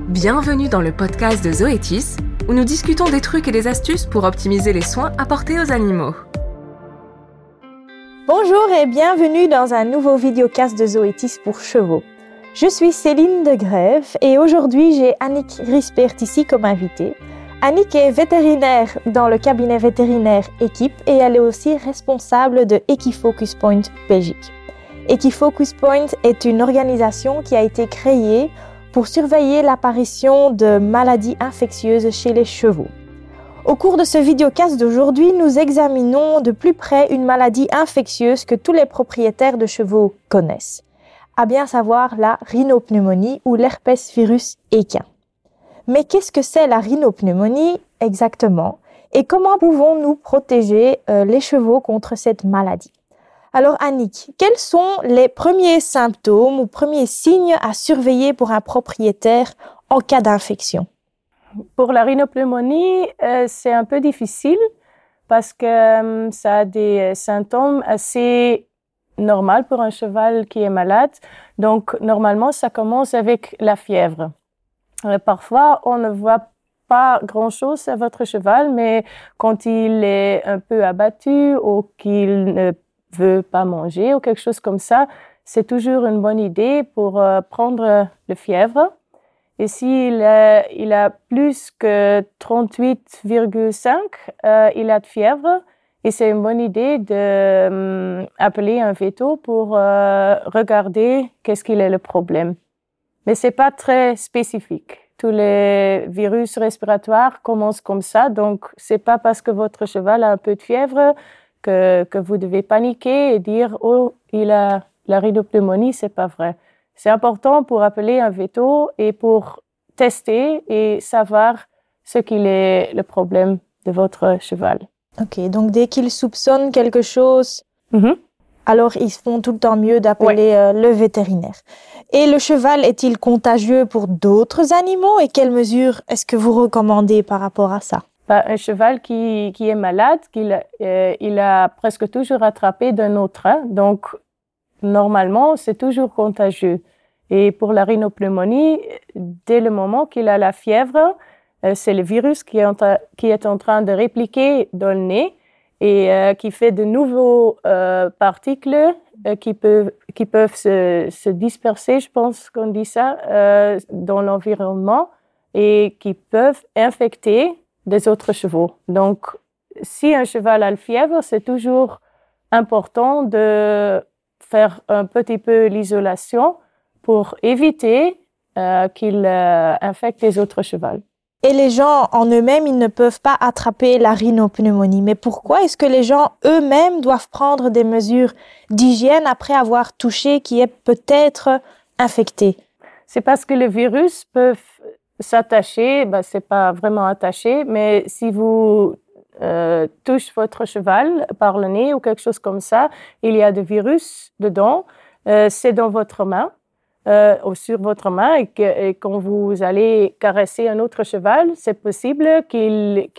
Bienvenue dans le podcast de Zoétis, où nous discutons des trucs et des astuces pour optimiser les soins apportés aux animaux. Bonjour et bienvenue dans un nouveau vidéocast de Zoétis pour chevaux. Je suis Céline de Grève et aujourd'hui j'ai Annick Rispert ici comme invitée. Annick est vétérinaire dans le cabinet vétérinaire Équipe et elle est aussi responsable de Equifocus Point Belgique. Equifocus Point est une organisation qui a été créée pour surveiller l'apparition de maladies infectieuses chez les chevaux. Au cours de ce vidéocast d'aujourd'hui, nous examinons de plus près une maladie infectieuse que tous les propriétaires de chevaux connaissent, à bien savoir la rhinopneumonie ou l'herpès virus équin. Mais qu'est-ce que c'est la rhinopneumonie exactement et comment pouvons-nous protéger les chevaux contre cette maladie? Alors Annick, quels sont les premiers symptômes ou premiers signes à surveiller pour un propriétaire en cas d'infection? Pour la rhinopneumonie, c'est un peu difficile parce que ça a des symptômes assez normaux pour un cheval qui est malade. Donc normalement, ça commence avec la fièvre. Parfois, on ne voit pas grand-chose à votre cheval, mais quand il est un peu abattu ou qu'il ne veut pas manger ou quelque chose comme ça, c'est toujours une bonne idée pour prendre la fièvre. Et s'il a plus que 38,5, il a de fièvre. Et c'est une bonne idée d'appeler un véto pour regarder qu'est-ce qu'il est le problème. Mais c'est pas très spécifique. Tous les virus respiratoires commencent comme ça. Donc, c'est pas parce que votre cheval a un peu de fièvre que vous devez paniquer et dire « Oh, il a la rhinopneumonie », c'est pas vrai. C'est important pour appeler un véto et pour tester et savoir ce qu'il est le problème de votre cheval. Ok, donc dès qu'ils soupçonnent quelque chose, alors ils font tout le temps mieux d'appeler le vétérinaire. Et le cheval est-il contagieux pour d'autres animaux et quelles mesures est-ce que vous recommandez par rapport à ça? Un cheval qui est malade, il a presque toujours attrapé d'un autre. Donc, normalement, c'est toujours contagieux. Et pour la rhinopneumonie, dès le moment qu'il a la fièvre, c'est le virus qui est en train de répliquer dans le nez et qui fait de nouveaux particules qui peuvent se disperser, je pense qu'on dit ça, dans l'environnement et qui peuvent infecter des autres chevaux. Donc, si un cheval a la fièvre, c'est toujours important de faire un petit peu l'isolation pour éviter qu'il infecte les autres chevaux. Et les gens en eux-mêmes, ils ne peuvent pas attraper la rhinopneumonie. Mais pourquoi est-ce que les gens eux-mêmes doivent prendre des mesures d'hygiène après avoir touché qui est peut-être infecté? C'est parce que les virus peuvent s'attacher, c'est pas vraiment attaché, mais si vous touchez votre cheval par le nez ou quelque chose comme ça, il y a des virus dedans, c'est dans votre main ou sur votre main et quand vous allez caresser un autre cheval, c'est possible qu'il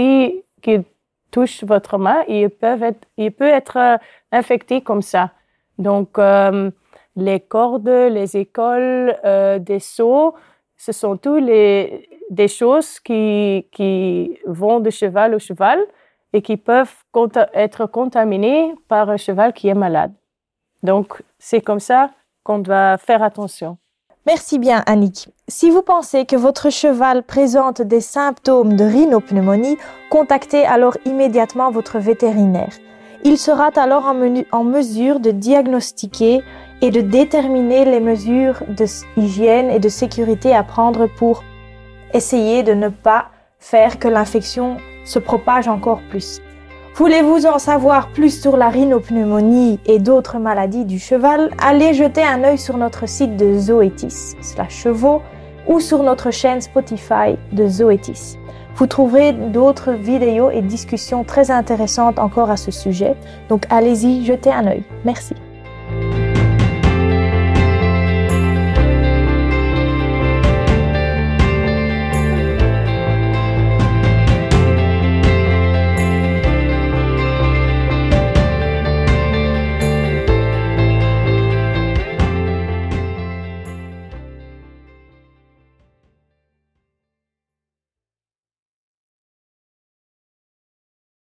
touche votre main et il peut être infecté comme ça. Donc, les cordes, les écoles, des seaux, ce sont tous des choses qui vont de cheval au cheval et qui peuvent être contaminées par un cheval qui est malade. Donc, c'est comme ça qu'on doit faire attention. Merci bien, Annick. Si vous pensez que votre cheval présente des symptômes de rhinopneumonie, contactez alors immédiatement votre vétérinaire. Il sera alors en mesure de diagnostiquer et de déterminer les mesures d'hygiène et de sécurité à prendre pour essayer de ne pas faire que l'infection se propage encore plus. Voulez-vous en savoir plus sur la rhinopneumonie et d'autres maladies du cheval? Allez jeter un œil sur notre site de Zoétis/chevaux ou sur notre chaîne Spotify de Zoétis. Vous trouverez d'autres vidéos et discussions très intéressantes encore à ce sujet. Donc allez-y, jetez un œil. Merci.